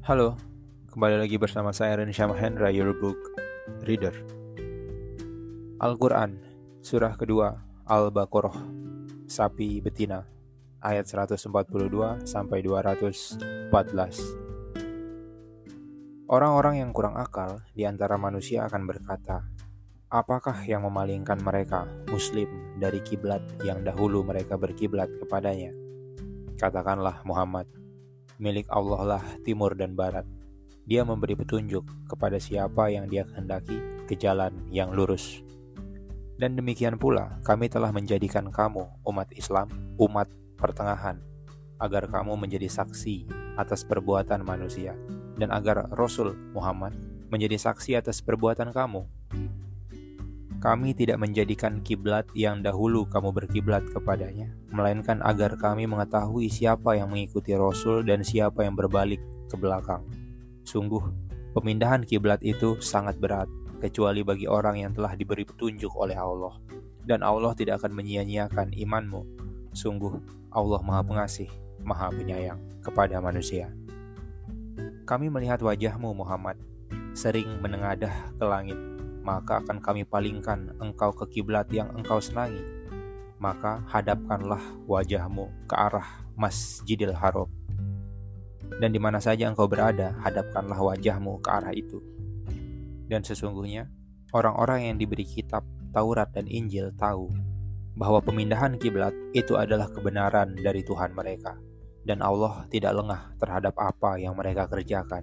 Halo, kembali lagi bersama saya Rensha Mahendra, your book reader. Al-Quran, surah kedua, Al-Baqarah, sapi betina, ayat 142 sampai 214. Orang-orang yang kurang akal di antara manusia akan berkata, apakah yang memalingkan mereka, Muslim, dari kiblat yang dahulu mereka berkiblat kepadanya? Katakanlah Muhammad, milik Allah lah timur dan barat. Dia memberi petunjuk kepada siapa yang dia kehendaki ke jalan yang lurus. Dan demikian pula kami telah menjadikan kamu, umat Islam, umat pertengahan, agar kamu menjadi saksi atas perbuatan manusia, dan agar Rasul Muhammad menjadi saksi atas perbuatan kamu. Kami tidak menjadikan kiblat yang dahulu kamu berkiblat kepadanya, melainkan agar kami mengetahui siapa yang mengikuti Rasul dan siapa yang berbalik ke belakang. Sungguh, pemindahan kiblat itu sangat berat, kecuali bagi orang yang telah diberi petunjuk oleh Allah. Dan Allah tidak akan menyia-nyiakan imanmu. Sungguh, Allah Maha Pengasih, Maha Penyayang kepada manusia. Kami melihat wajahmu, Muhammad, sering menengadah ke langit. Maka akan kami palingkan engkau ke kiblat yang engkau senangi. Maka hadapkanlah wajahmu ke arah Masjidil Haram. Dan di mana saja engkau berada, hadapkanlah wajahmu ke arah itu. Dan sesungguhnya, orang-orang yang diberi kitab Taurat dan Injil tahu bahwa pemindahan kiblat itu adalah kebenaran dari Tuhan mereka. Dan Allah tidak lengah terhadap apa yang mereka kerjakan.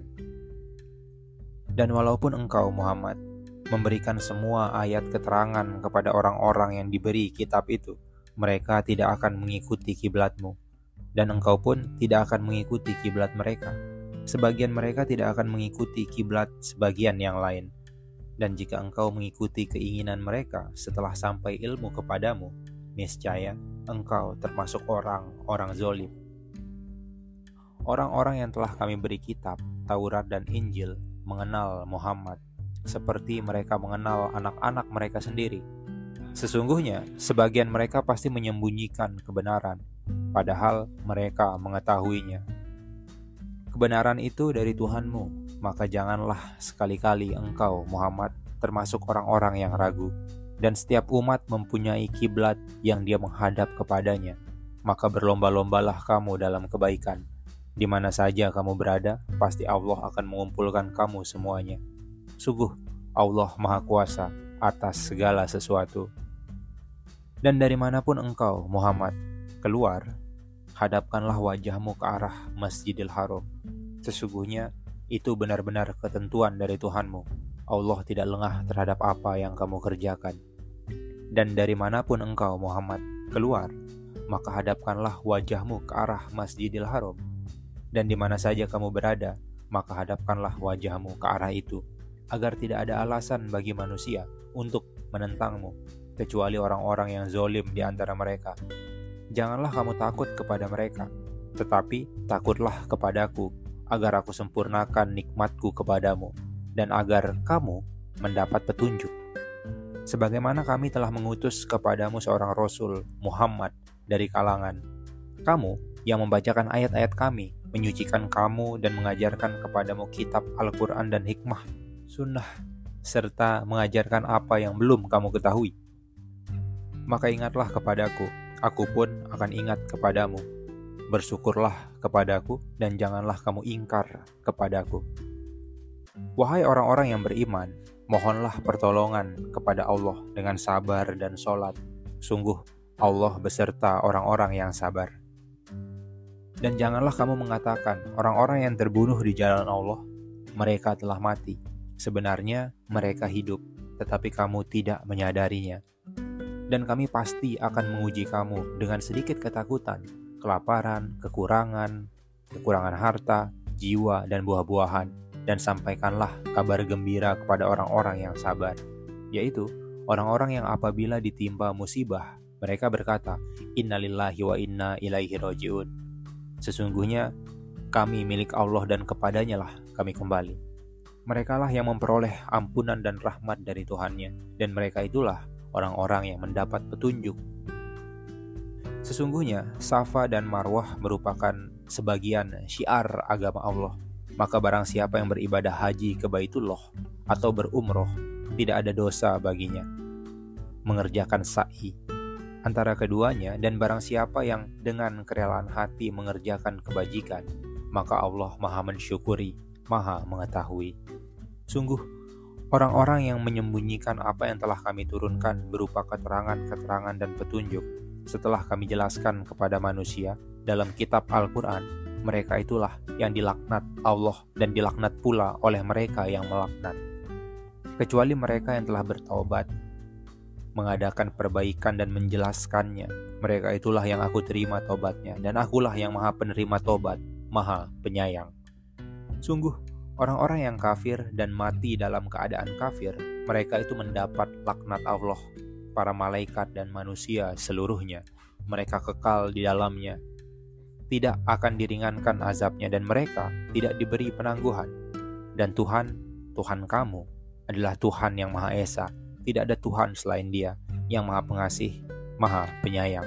Dan walaupun engkau, Muhammad, memberikan semua ayat keterangan kepada orang-orang yang diberi kitab itu, mereka tidak akan mengikuti kiblatmu, dan engkau pun tidak akan mengikuti kiblat mereka. Sebagian mereka tidak akan mengikuti kiblat sebagian yang lain. Dan jika engkau mengikuti keinginan mereka setelah sampai ilmu kepadamu, niscaya engkau termasuk orang-orang zalim. Orang-orang yang telah kami beri kitab, Taurat dan Injil mengenal Muhammad seperti mereka mengenal anak-anak mereka sendiri. Sesungguhnya, sebagian mereka pasti menyembunyikan kebenaran, padahal mereka mengetahuinya. Kebenaran itu dari Tuhanmu, maka janganlah sekali-kali engkau, Muhammad, termasuk orang-orang yang ragu. Dan setiap umat mempunyai kiblat yang dia menghadap kepadanya, maka berlomba-lombalah kamu dalam kebaikan. Di mana saja kamu berada, pasti Allah akan mengumpulkan kamu semuanya. Sungguh, Allah Maha Kuasa atas segala sesuatu. Dan dari manapun engkau, Muhammad, keluar, hadapkanlah wajahmu ke arah Masjidil Haram. Sesungguhnya, itu benar-benar ketentuan dari Tuhanmu. Allah tidak lengah terhadap apa yang kamu kerjakan. Dan dari manapun engkau, Muhammad, keluar, maka hadapkanlah wajahmu ke arah Masjidil Haram. Dan di mana saja kamu berada, maka hadapkanlah wajahmu ke arah itu, agar tidak ada alasan bagi manusia untuk menentangmu, kecuali orang-orang yang zalim di antara mereka. Janganlah kamu takut kepada mereka, tetapi takutlah kepadaku, agar aku sempurnakan nikmatku kepadamu, dan agar kamu mendapat petunjuk. Sebagaimana kami telah mengutus kepadamu seorang Rasul, Muhammad, dari kalangan kamu, yang membacakan ayat-ayat kami, menyucikan kamu dan mengajarkan kepadamu kitab Al-Quran dan hikmah, sunnah, serta mengajarkan apa yang belum kamu ketahui. Maka ingatlah kepadaku, aku pun akan ingat kepadamu. Bersyukurlah kepadaku dan janganlah kamu ingkar kepadaku. Wahai orang-orang yang beriman, mohonlah pertolongan kepada Allah dengan sabar dan sholat. Sungguh Allah beserta orang-orang yang sabar. Dan janganlah kamu mengatakan, orang-orang yang terbunuh di jalan Allah, mereka telah mati. Sebenarnya mereka hidup, tetapi kamu tidak menyadarinya. Dan kami pasti akan menguji kamu dengan sedikit ketakutan, kelaparan, kekurangan harta, jiwa, dan buah-buahan. Dan sampaikanlah kabar gembira kepada orang-orang yang sabar, yaitu orang-orang yang apabila ditimpa musibah, mereka berkata, Innalillahi wa inna ilaihi raji'un. Sesungguhnya kami milik Allah dan kepadanya lah kami kembali. Merekalah yang memperoleh ampunan dan rahmat dari Tuhannya, dan mereka itulah orang-orang yang mendapat petunjuk. Sesungguhnya Safa dan Marwah merupakan sebagian syiar agama Allah. Maka barang siapa yang beribadah haji ke Baitullah atau berumroh, tidak ada dosa baginya mengerjakan sa'i antara keduanya, dan barang siapa yang dengan kerelaan hati mengerjakan kebajikan, maka Allah Maha mensyukuri, Maha mengetahui. Sungguh, orang-orang yang menyembunyikan apa yang telah kami turunkan berupa keterangan-keterangan dan petunjuk setelah kami jelaskan kepada manusia dalam kitab Al-Quran, mereka itulah yang dilaknat Allah dan dilaknat pula oleh mereka yang melaknat. Kecuali mereka yang telah bertaubat, mengadakan perbaikan dan menjelaskannya, mereka itulah yang aku terima tobatnya, dan akulah yang Maha penerima tobat, Maha penyayang. Sungguh, orang-orang yang kafir dan mati dalam keadaan kafir, mereka itu mendapat laknat Allah, para malaikat dan manusia seluruhnya. Mereka kekal di dalamnya, tidak akan diringankan azabnya, dan mereka tidak diberi penangguhan. Dan Tuhan kamu adalah Tuhan yang Maha Esa. Tidak ada Tuhan selain Dia, yang Maha Pengasih, Maha Penyayang.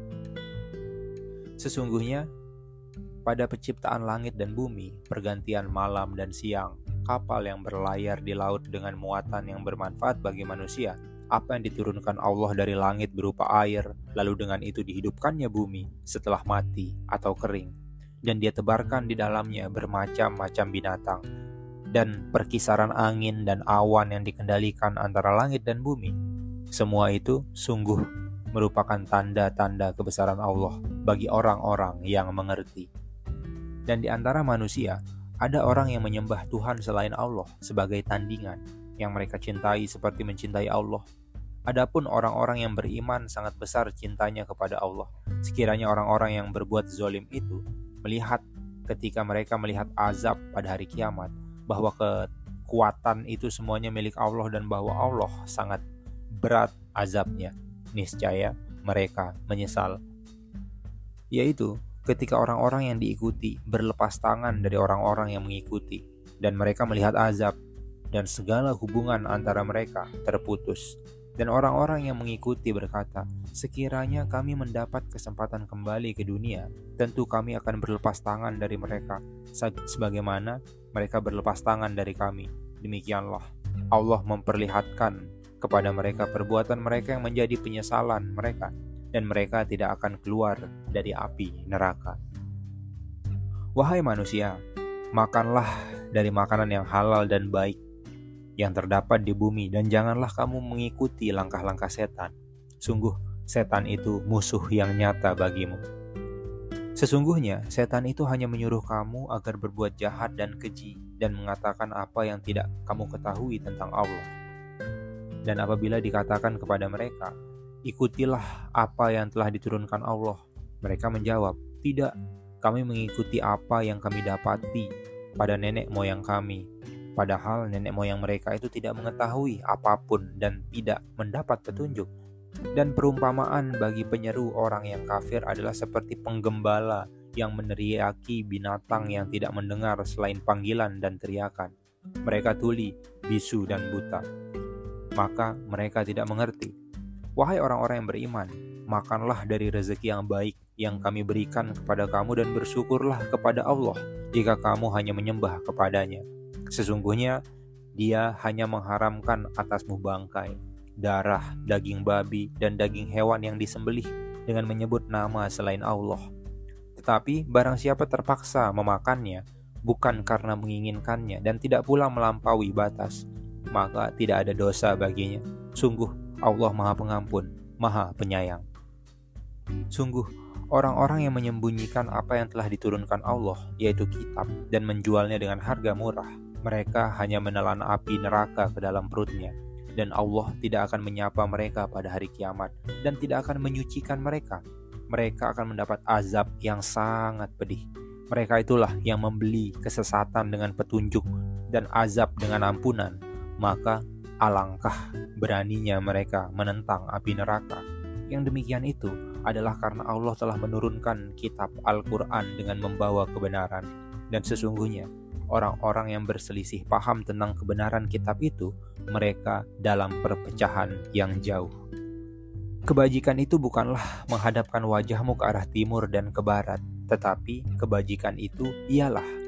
Sesungguhnya, pada penciptaan langit dan bumi, pergantian malam dan siang, kapal yang berlayar di laut dengan muatan yang bermanfaat bagi manusia, apa yang diturunkan Allah dari langit berupa air, lalu dengan itu dihidupkannya bumi setelah mati atau kering, dan Dia tebarkan di dalamnya bermacam-macam binatang, dan perkisaran angin dan awan yang dikendalikan antara langit dan bumi. Semua itu sungguh merupakan tanda-tanda kebesaran Allah bagi orang-orang yang mengerti. Dan di antara manusia, ada orang yang menyembah Tuhan selain Allah sebagai tandingan yang mereka cintai seperti mencintai Allah. Adapun orang-orang yang beriman sangat besar cintanya kepada Allah. Sekiranya orang-orang yang berbuat zalim itu melihat ketika mereka melihat azab pada hari kiamat, bahwa kekuatan itu semuanya milik Allah dan bahwa Allah sangat berat azabnya, niscaya mereka menyesal. Yaitu ketika orang-orang yang diikuti berlepas tangan dari orang-orang yang mengikuti, dan mereka melihat azab dan segala hubungan antara mereka terputus. Dan orang-orang yang mengikuti berkata, sekiranya kami mendapat kesempatan kembali ke dunia, tentu kami akan berlepas tangan dari mereka, sebagaimana mereka berlepas tangan dari kami. Demikianlah Allah memperlihatkan kepada mereka perbuatan mereka yang menjadi penyesalan mereka, dan mereka tidak akan keluar dari api neraka. Wahai manusia, makanlah dari makanan yang halal dan baik yang terdapat di bumi, dan janganlah kamu mengikuti langkah-langkah setan. Sungguh, setan itu musuh yang nyata bagimu. Sesungguhnya, setan itu hanya menyuruh kamu agar berbuat jahat dan keji, dan mengatakan apa yang tidak kamu ketahui tentang Allah. Dan apabila dikatakan kepada mereka, ikutilah apa yang telah diturunkan Allah, mereka menjawab, tidak, kami mengikuti apa yang kami dapati pada nenek moyang kami. Padahal nenek moyang mereka itu tidak mengetahui apapun dan tidak mendapat petunjuk. Dan perumpamaan bagi penyeru orang yang kafir adalah seperti penggembala yang meneriaki binatang yang tidak mendengar selain panggilan dan teriakan. Mereka tuli, bisu dan buta, maka mereka tidak mengerti. Wahai orang-orang yang beriman, makanlah dari rezeki yang baik yang kami berikan kepada kamu, dan bersyukurlah kepada Allah jika kamu hanya menyembah kepadanya. Sesungguhnya Dia hanya mengharamkan atasmu bangkai, darah, daging babi, dan daging hewan yang disembelih dengan menyebut nama selain Allah. Tetapi barang siapa terpaksa memakannya, bukan karena menginginkannya, dan tidak pula melampaui batas, maka tidak ada dosa baginya. Sungguh Allah Maha Pengampun, Maha Penyayang. Sungguh orang-orang yang menyembunyikan apa yang telah diturunkan Allah, yaitu kitab, dan menjualnya dengan harga murah, mereka hanya menelan api neraka ke dalam perutnya, dan Allah tidak akan menyapa mereka pada hari kiamat, dan tidak akan menyucikan mereka. Mereka akan mendapat azab yang sangat pedih. Mereka itulah yang membeli kesesatan dengan petunjuk dan azab dengan ampunan. Maka alangkah beraninya mereka menentang api neraka. Yang demikian itu adalah karena Allah telah menurunkan kitab Al-Quran dengan membawa kebenaran. Dan sesungguhnya orang-orang yang berselisih paham tentang kebenaran kitab itu, mereka dalam perpecahan yang jauh. Kebajikan itu bukanlah menghadapkan wajahmu ke arah timur dan ke barat, tetapi kebajikan itu ialah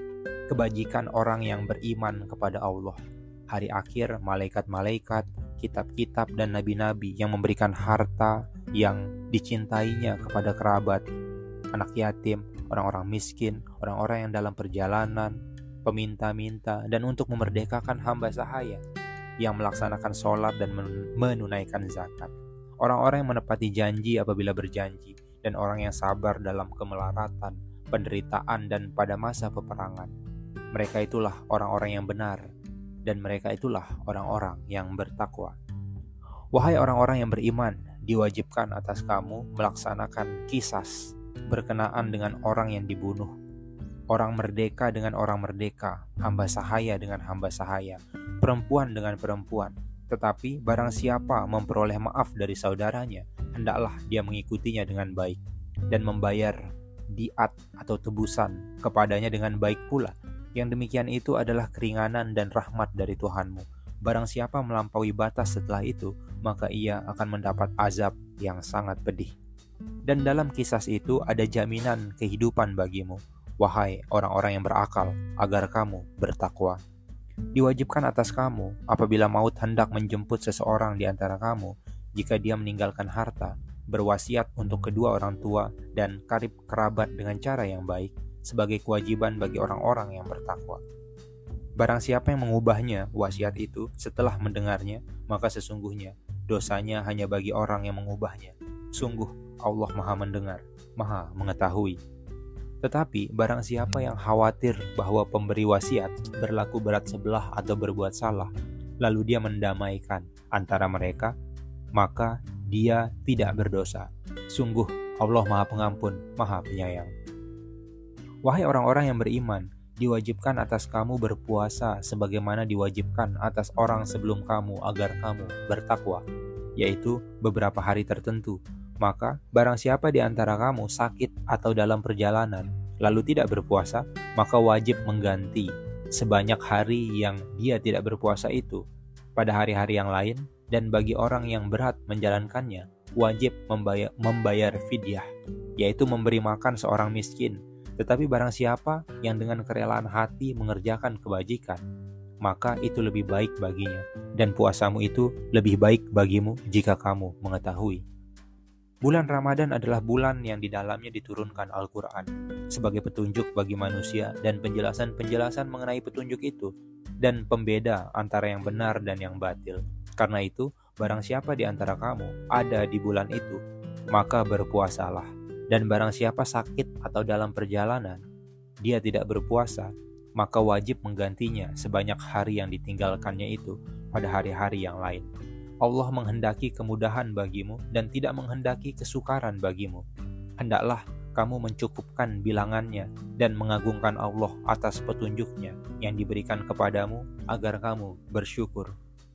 kebajikan orang yang beriman kepada Allah, hari akhir, malaikat-malaikat, kitab-kitab dan nabi-nabi yang memberikan harta yang dicintainya kepada kerabat, anak yatim, orang-orang miskin, orang-orang yang dalam perjalanan, peminta-minta, dan untuk memerdekakan hamba sahaya yang melaksanakan sholat dan menunaikan zakat. Orang-orang yang menepati janji apabila berjanji, dan orang yang sabar dalam kemelaratan, penderitaan, dan pada masa peperangan. Mereka itulah orang-orang yang benar, dan mereka itulah orang-orang yang bertakwa. Wahai orang-orang yang beriman, diwajibkan atas kamu melaksanakan qisas berkenaan dengan orang yang dibunuh, orang merdeka dengan orang merdeka, hamba sahaya dengan hamba sahaya, perempuan dengan perempuan. Tetapi barang siapa memperoleh maaf dari saudaranya, hendaklah dia mengikutinya dengan baik dan membayar diat atau tebusan kepadanya dengan baik pula. Yang demikian itu adalah keringanan dan rahmat dari Tuhanmu. Barang siapa melampaui batas setelah itu, maka ia akan mendapat azab yang sangat pedih. Dan dalam kisah itu ada jaminan kehidupan bagimu, wahai orang-orang yang berakal, agar kamu bertakwa. Diwajibkan atas kamu apabila maut hendak menjemput seseorang di antara kamu, jika dia meninggalkan harta, berwasiat untuk kedua orang tua dan karib kerabat dengan cara yang baik, sebagai kewajiban bagi orang-orang yang bertakwa. Barang siapa yang mengubahnya wasiat itu setelah mendengarnya, maka sesungguhnya dosanya hanya bagi orang yang mengubahnya. Sungguh Allah Maha Mendengar, Maha Mengetahui. Tetapi barang siapa yang khawatir bahwa pemberi wasiat berlaku berat sebelah atau berbuat salah, lalu dia mendamaikan antara mereka, maka dia tidak berdosa. Sungguh Allah Maha Pengampun, Maha Penyayang. Wahai orang-orang yang beriman, diwajibkan atas kamu berpuasa sebagaimana diwajibkan atas orang sebelum kamu agar kamu bertakwa, yaitu beberapa hari tertentu. Maka barang siapa di antara kamu sakit atau dalam perjalanan lalu tidak berpuasa, maka wajib mengganti sebanyak hari yang dia tidak berpuasa itu pada hari-hari yang lain, dan bagi orang yang berat menjalankannya wajib membayar fidyah, yaitu memberi makan seorang miskin. Tetapi barang siapa yang dengan kerelaan hati mengerjakan kebajikan, maka itu lebih baik baginya, dan puasamu itu lebih baik bagimu jika kamu mengetahui. Bulan Ramadan adalah bulan yang di dalamnya diturunkan Al-Quran sebagai petunjuk bagi manusia dan penjelasan-penjelasan mengenai petunjuk itu, dan pembeda antara yang benar dan yang batil. Karena itu, barang siapa di antara kamu ada di bulan itu, maka berpuasalah. Dan barang siapa sakit atau dalam perjalanan, dia tidak berpuasa, maka wajib menggantinya sebanyak hari yang ditinggalkannya itu pada hari-hari yang lain. Allah menghendaki kemudahan bagimu dan tidak menghendaki kesukaran bagimu. Hendaklah kamu mencukupkan bilangannya dan mengagungkan Allah atas petunjuknya yang diberikan kepadamu agar kamu bersyukur.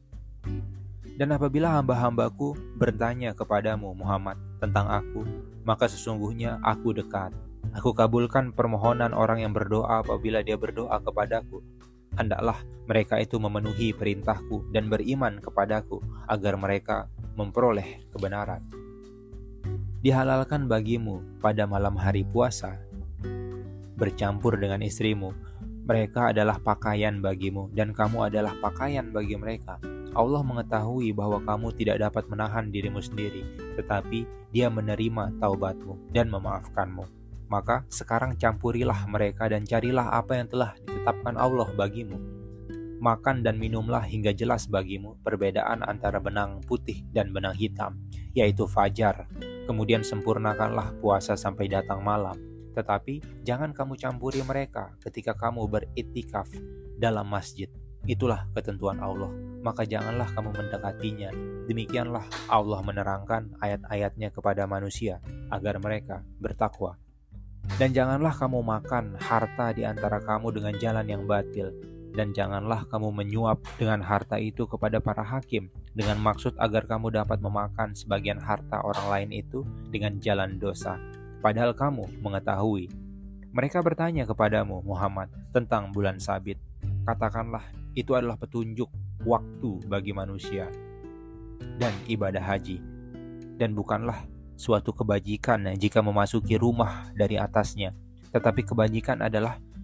Dan apabila hamba-hambaku bertanya kepadamu Muhammad tentang aku, maka sesungguhnya aku dekat. Aku kabulkan permohonan orang yang berdoa apabila dia berdoa kepadaku. Hendaklah mereka itu memenuhi perintahku dan beriman kepadaku agar mereka memperoleh kebenaran. Dihalalkan bagimu pada malam hari puasa bercampur dengan istrimu. Mereka adalah pakaian bagimu dan kamu adalah pakaian bagi mereka. Allah mengetahui bahwa kamu tidak dapat menahan dirimu sendiri, tetapi Dia menerima taubatmu dan memaafkanmu. Maka sekarang campurilah mereka dan carilah apa yang telah ditetapkan Allah bagimu. Makan dan minumlah hingga jelas bagimu perbedaan antara benang putih dan benang hitam, yaitu fajar. Kemudian sempurnakanlah puasa sampai datang malam. Tetapi jangan kamu campuri mereka ketika kamu beriktikaf dalam masjid. Itulah ketentuan Allah, maka janganlah kamu mendekatinya. Demikianlah Allah menerangkan ayat-ayatnya kepada manusia agar mereka bertakwa. Dan janganlah kamu makan harta di antara kamu dengan jalan yang batil, dan janganlah kamu menyuap dengan harta itu kepada para hakim dengan maksud agar kamu dapat memakan sebagian harta orang lain itu dengan jalan dosa, padahal kamu mengetahui. Mereka bertanya kepadamu Muhammad tentang bulan sabit. Katakanlah, itu adalah petunjuk waktu bagi manusia dan ibadah haji, dan bukanlah suatu kebajikan jika memasuki rumah dari atasnya, tetapi kebajikan adalah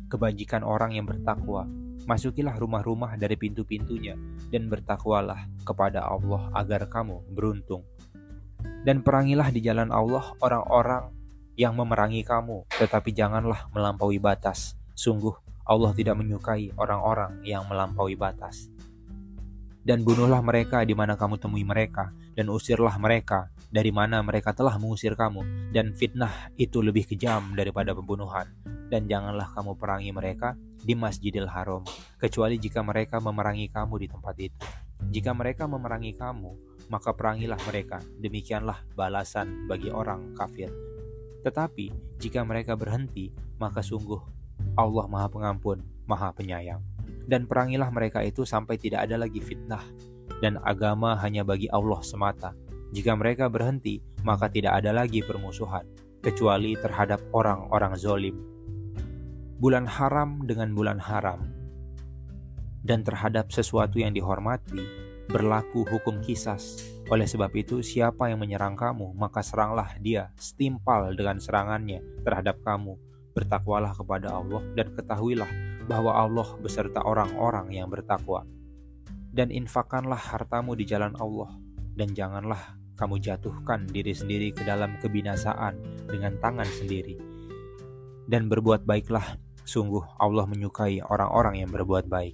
kebajikan orang yang bertakwa. Masukilah rumah-rumah dari pintu-pintunya dan bertakwalah kepada Allah agar kamu beruntung. Dan perangilah di jalan Allah orang-orang yang memerangi kamu, tetapi janganlah melampaui batas. Sungguh Allah tidak menyukai orang-orang yang melampaui batas. Dan bunuhlah mereka di mana kamu temui mereka, dan usirlah mereka dari mana mereka telah mengusir kamu. Dan fitnah itu lebih kejam daripada pembunuhan. Dan janganlah kamu perangi mereka di Masjidil Haram, kecuali jika mereka memerangi kamu di tempat itu. Jika mereka memerangi kamu, maka perangilah mereka. Demikianlah balasan bagi orang kafir. Tetapi jika mereka berhenti, maka sungguh Allah Maha Pengampun, Maha Penyayang. Dan perangilah mereka itu sampai tidak ada lagi fitnah, dan agama hanya bagi Allah semata. Jika mereka berhenti, maka tidak ada lagi permusuhan, kecuali terhadap orang-orang zalim. Bulan haram dengan bulan haram, dan terhadap sesuatu yang dihormati, berlaku hukum qisas. Oleh sebab itu, siapa yang menyerang kamu, maka seranglah dia setimpal dengan serangannya terhadap kamu. Bertakwalah kepada Allah dan ketahuilah bahwa Allah beserta orang-orang yang bertakwa. Dan infakkanlah hartamu di jalan Allah, dan janganlah kamu jatuhkan diri sendiri ke dalam kebinasaan dengan tangan sendiri. Dan berbuat baiklah, sungguh Allah menyukai orang-orang yang berbuat baik.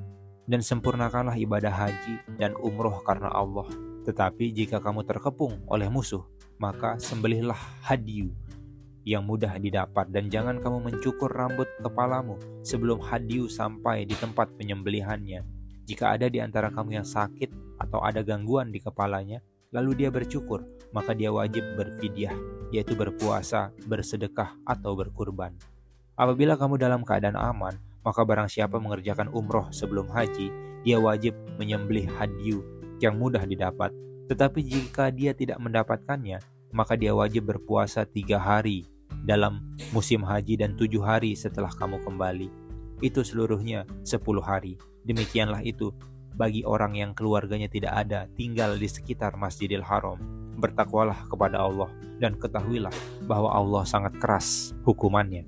Dan sempurnakanlah ibadah haji dan umroh karena Allah. Tetapi jika kamu terkepung oleh musuh, maka sembelihlah hadyu yang mudah didapat, dan jangan kamu mencukur rambut kepalamu sebelum hadyu sampai di tempat penyembelihannya. Jika ada di antara kamu yang sakit atau ada gangguan di kepalanya, lalu dia bercukur, maka dia wajib berfidyah, yaitu berpuasa, bersedekah, atau berkurban. Apabila kamu dalam keadaan aman, maka barang siapa mengerjakan umroh sebelum haji, dia wajib menyembelih hadyu yang mudah didapat. Tetapi jika dia tidak mendapatkannya, maka dia wajib berpuasa 3 hari dalam musim haji dan 7 hari setelah kamu kembali. Itu seluruhnya 10 hari. Demikianlah itu bagi orang yang keluarganya tidak ada tinggal di sekitar Masjidil Haram. Bertakwalah kepada Allah dan ketahuilah bahwa Allah sangat keras hukumannya.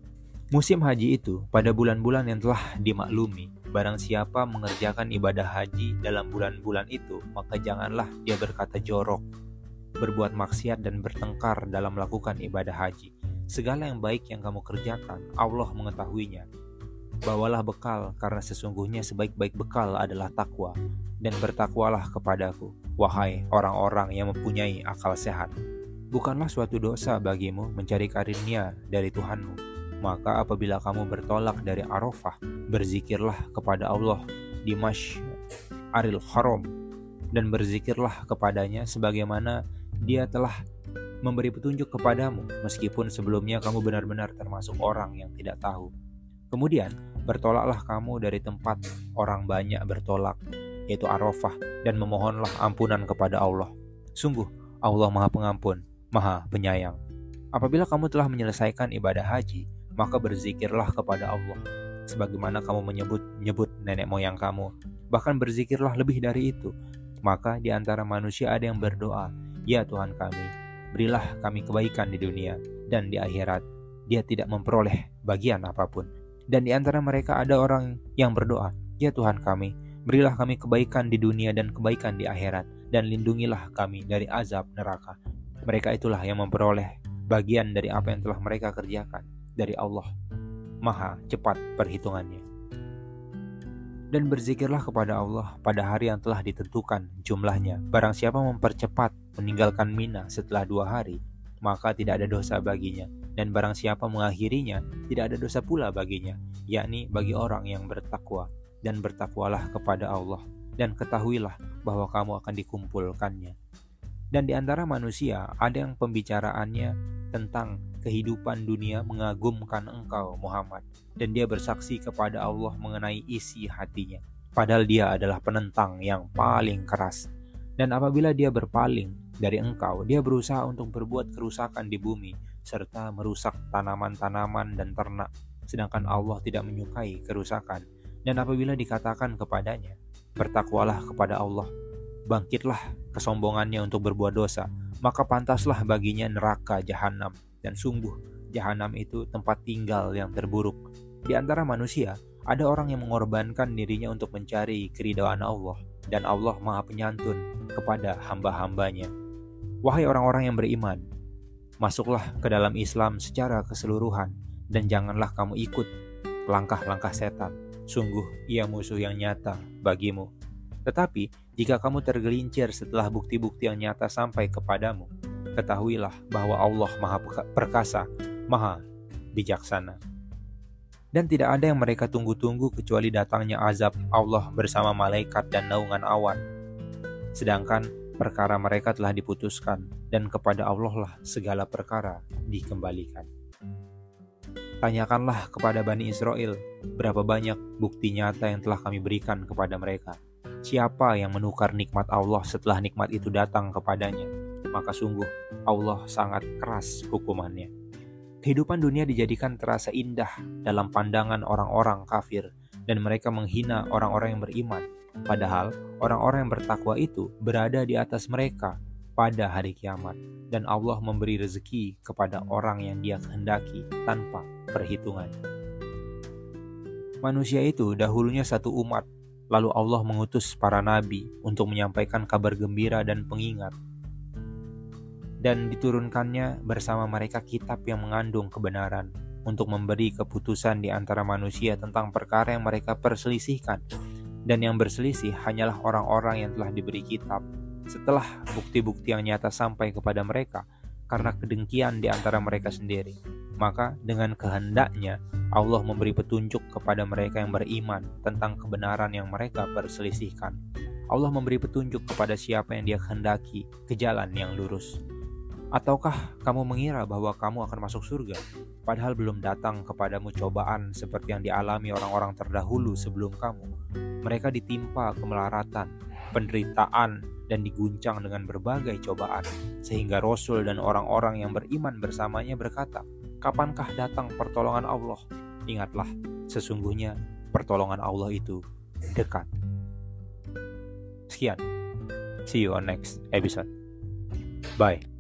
Musim haji itu pada bulan-bulan yang telah dimaklumi. Barang siapa mengerjakan ibadah haji dalam bulan-bulan itu, maka janganlah dia berkata jorok, berbuat maksiat dan bertengkar dalam melakukan ibadah haji. Segala yang baik yang kamu kerjakan, Allah mengetahuinya. Bawalah bekal, karena sesungguhnya sebaik-baik bekal adalah takwa. Dan bertakwalah kepadaku, wahai orang-orang yang mempunyai akal sehat. Bukanlah suatu dosa bagimu mencari karunia dari Tuhanmu. Maka apabila kamu bertolak dari Arafah, berzikirlah kepada Allah di Masy'aril Haram, dan berzikirlah kepadanya sebagaimana Dia telah memberi petunjuk kepadamu, meskipun sebelumnya kamu benar-benar termasuk orang yang tidak tahu. Kemudian bertolaklah kamu dari tempat orang banyak bertolak, yaitu Arafah, dan memohonlah ampunan kepada Allah. Sungguh Allah Maha Pengampun, Maha Penyayang. Apabila kamu telah menyelesaikan ibadah haji, maka berzikirlah kepada Allah sebagaimana kamu menyebut nenek moyang kamu. Bahkan berzikirlah lebih dari itu. Maka di antara manusia ada yang berdoa, "Ya Tuhan kami, berilah kami kebaikan di dunia dan di akhirat." Dia tidak memperoleh bagian apapun. Dan di antara mereka ada orang yang berdoa, "Ya Tuhan kami, berilah kami kebaikan di dunia dan kebaikan di akhirat, dan lindungilah kami dari azab neraka." Mereka itulah yang memperoleh bagian dari apa yang telah mereka kerjakan dari Allah. Maha cepat perhitungannya. Dan berzikirlah kepada Allah pada hari yang telah ditentukan jumlahnya. Barang siapa mempercepat meninggalkan Mina setelah 2 hari, maka tidak ada dosa baginya. Dan barang siapa mengakhirinya, tidak ada dosa pula baginya, yakni bagi orang yang bertakwa. Dan bertakwalah kepada Allah, dan ketahuilah bahwa kamu akan dikumpulkannya. Dan di antara manusia ada yang pembicaraannya tentang kehidupan dunia mengagumkan engkau Muhammad, dan dia bersaksi kepada Allah mengenai isi hatinya, padahal dia adalah penentang yang paling keras. Dan apabila dia berpaling dari engkau, dia berusaha untuk berbuat kerusakan di bumi serta merusak tanaman-tanaman dan ternak, sedangkan Allah tidak menyukai kerusakan. Dan apabila dikatakan kepadanya, bertakwalah kepada Allah, bangkitlah kesombongannya untuk berbuat dosa, maka pantaslah baginya neraka jahanam. Dan sungguh jahanam itu tempat tinggal yang terburuk. Di antara manusia, ada orang yang mengorbankan dirinya untuk mencari keridhaan Allah, dan Allah Maha Penyantun kepada hamba-hambanya. Wahai orang-orang yang beriman, masuklah ke dalam Islam secara keseluruhan, dan janganlah kamu ikut langkah-langkah setan. Sungguh ia musuh yang nyata bagimu. Tetapi jika kamu tergelincir setelah bukti-bukti yang nyata sampai kepadamu, ketahuilah bahwa Allah Maha Perkasa, Maha Bijaksana. Dan tidak ada yang mereka tunggu-tunggu kecuali datangnya azab Allah bersama malaikat dan naungan awan. Sedangkan perkara mereka telah diputuskan, dan kepada Allah lah segala perkara dikembalikan. Tanyakanlah kepada Bani Israel, berapa banyak bukti nyata yang telah kami berikan kepada mereka. Siapa yang menukar nikmat Allah setelah nikmat itu datang kepadanya? Maka sungguh Allah sangat keras hukumannya. Kehidupan dunia dijadikan terasa indah dalam pandangan orang-orang kafir, dan mereka menghina orang-orang yang beriman. Padahal orang-orang yang bertakwa itu berada di atas mereka pada hari kiamat, dan Allah memberi rezeki kepada orang yang Dia kehendaki tanpa perhitungan. Manusia itu dahulunya satu umat, lalu Allah mengutus para nabi untuk menyampaikan kabar gembira dan pengingat. Dan diturunkannya bersama mereka kitab yang mengandung kebenaran untuk memberi keputusan di antara manusia tentang perkara yang mereka perselisihkan. Dan yang berselisih hanyalah orang-orang yang telah diberi kitab setelah bukti-bukti yang nyata sampai kepada mereka karena kedengkian di antara mereka sendiri. Maka dengan kehendaknya Allah memberi petunjuk kepada mereka yang beriman tentang kebenaran yang mereka perselisihkan. Allah memberi petunjuk kepada siapa yang Dia kehendaki ke jalan yang lurus. Ataukah kamu mengira bahwa kamu akan masuk surga, padahal belum datang kepadamu cobaan seperti yang dialami orang-orang terdahulu sebelum kamu? Mereka ditimpa kemelaratan, penderitaan, dan diguncang dengan berbagai cobaan, sehingga Rasul dan orang-orang yang beriman bersamanya berkata, "Kapankah datang pertolongan Allah?" Ingatlah, sesungguhnya pertolongan Allah itu dekat. Sekian, see you on next episode. Bye.